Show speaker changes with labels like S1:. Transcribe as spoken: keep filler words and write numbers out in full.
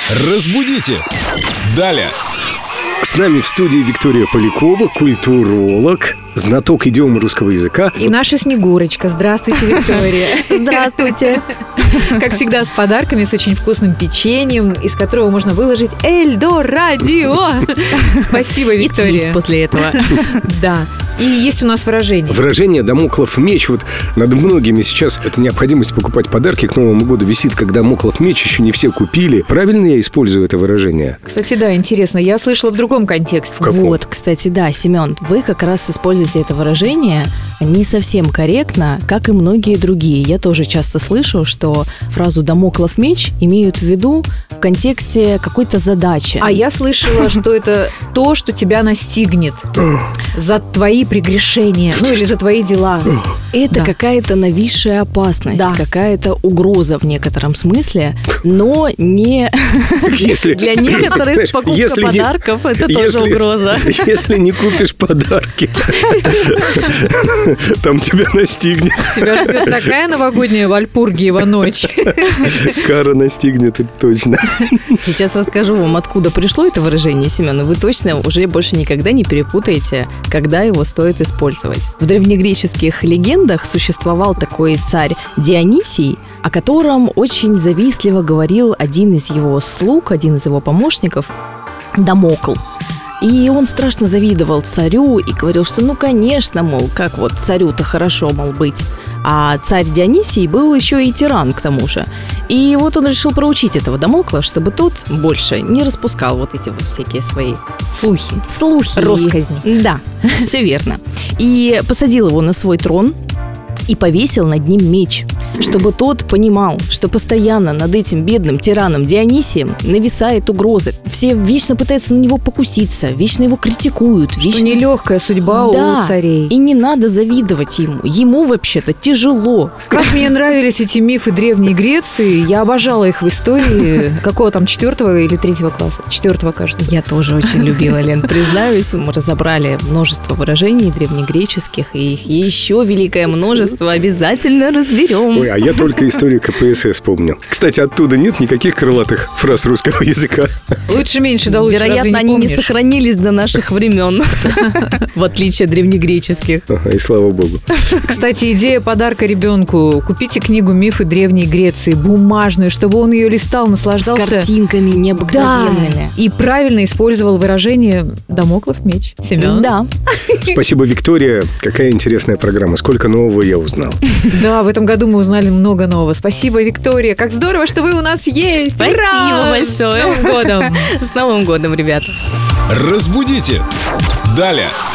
S1: Разбудите! Далее!
S2: С нами в студии Виктория Полякова, культуролог, знаток идиомы русского языка.
S3: И наша Снегурочка. Здравствуйте, Виктория.
S4: Здравствуйте.
S3: Как всегда, с подарками, с очень вкусным печеньем, из которого можно выложить Эльдорадио. Спасибо, Виктория.
S4: И твист после этого.
S3: Да. И есть у нас выражение.
S2: Выражение «Дамоклов меч». Вот над многими сейчас эта необходимость покупать подарки к Новому году висит, как дамоклов меч еще не все купили. Правильно я использую это выражение?
S3: Кстати, да, интересно. Я слышала в другом контексте.
S2: В каком?
S4: Вот, кстати, да, Семен, вы как раз используете это выражение не совсем корректно, как и многие другие. Я тоже часто слышу, что фразу «Дамоклов меч» имеют в виду в контексте какой-то задачи.
S3: А я слышала, что это то, что тебя настигнет за твои прегрешения, ну или за твои дела.
S4: Это
S3: Да.
S4: какая-то нависшая опасность,
S3: Да.
S4: какая-то угроза в некотором смысле, но не
S2: Если,
S4: для некоторых
S2: знаешь,
S4: покупка
S2: если не-
S4: подарков это тоже
S2: если-
S4: угроза.
S2: Если не купишь подарки, там тебя настигнет.
S3: Тебя ждет такая новогодняя Вальпургиева ночь.
S2: Кара настигнет, это точно.
S4: Сейчас расскажу вам, откуда пришло это выражение, Семен, и вы точно уже больше никогда не перепутаете, когда его стоит использовать. В древнегреческих легендах существовал такой царь Дионисий, о котором очень завистливо говорил один из его слуг, один из его помощников, Дамокл. И он страшно завидовал царю и говорил, что ну, конечно, мол, как вот царю-то хорошо, мол, быть. А царь Дионисий был еще и тиран к тому же. И вот он решил проучить этого Дамокла, чтобы тот больше не распускал вот эти вот всякие свои
S3: Слухи.
S4: слухи.
S3: Росказни.
S4: Да, все верно. И посадил его на свой трон и повесил над ним меч, чтобы тот понимал, что постоянно над этим бедным тираном Дионисием нависает угроза. Все вечно пытаются на него покуситься, вечно его критикуют.
S3: Что
S4: Вечно...
S3: нелегкая судьба
S4: Да,
S3: у царей.
S4: и не надо завидовать ему. Ему вообще-то тяжело.
S3: Как мне нравились эти мифы Древней Греции. Я обожала их в истории. Какого там, четвертого или третьего класса? Четвертого, кажется.
S4: Я тоже очень любила, Лен, признаюсь. Мы разобрали множество выражений древнегреческих, и их еще великое множество. Обязательно разберем.
S2: Ой, а я только историю ка пэ эс эс помню. Кстати, оттуда нет никаких крылатых фраз русского языка.
S3: Лучше меньше, да лучше.
S4: Вероятно,
S3: разве
S4: они не
S3: помнишь?
S4: сохранились до наших времен, в отличие от древнегреческих.
S2: Ага, и слава богу.
S3: Кстати, идея подарка ребенку. Купите книгу «Мифы Древней Греции», бумажную, чтобы он ее листал,
S4: С
S3: наслаждался.
S4: картинками
S3: Да,
S4: необыкновенными.
S3: и правильно использовал выражение «Дамоклов меч». Семен?
S4: Да.
S2: Спасибо, Виктория. Какая интересная программа. Сколько нового я узнал.
S3: Да, в этом году мы узнали много нового. Спасибо, Виктория. Как здорово, что вы у нас есть.
S4: Спасибо
S3: Ура!
S4: большое.
S3: С Новым годом!
S4: С Новым годом, ребята.
S1: Разбудите! Далее!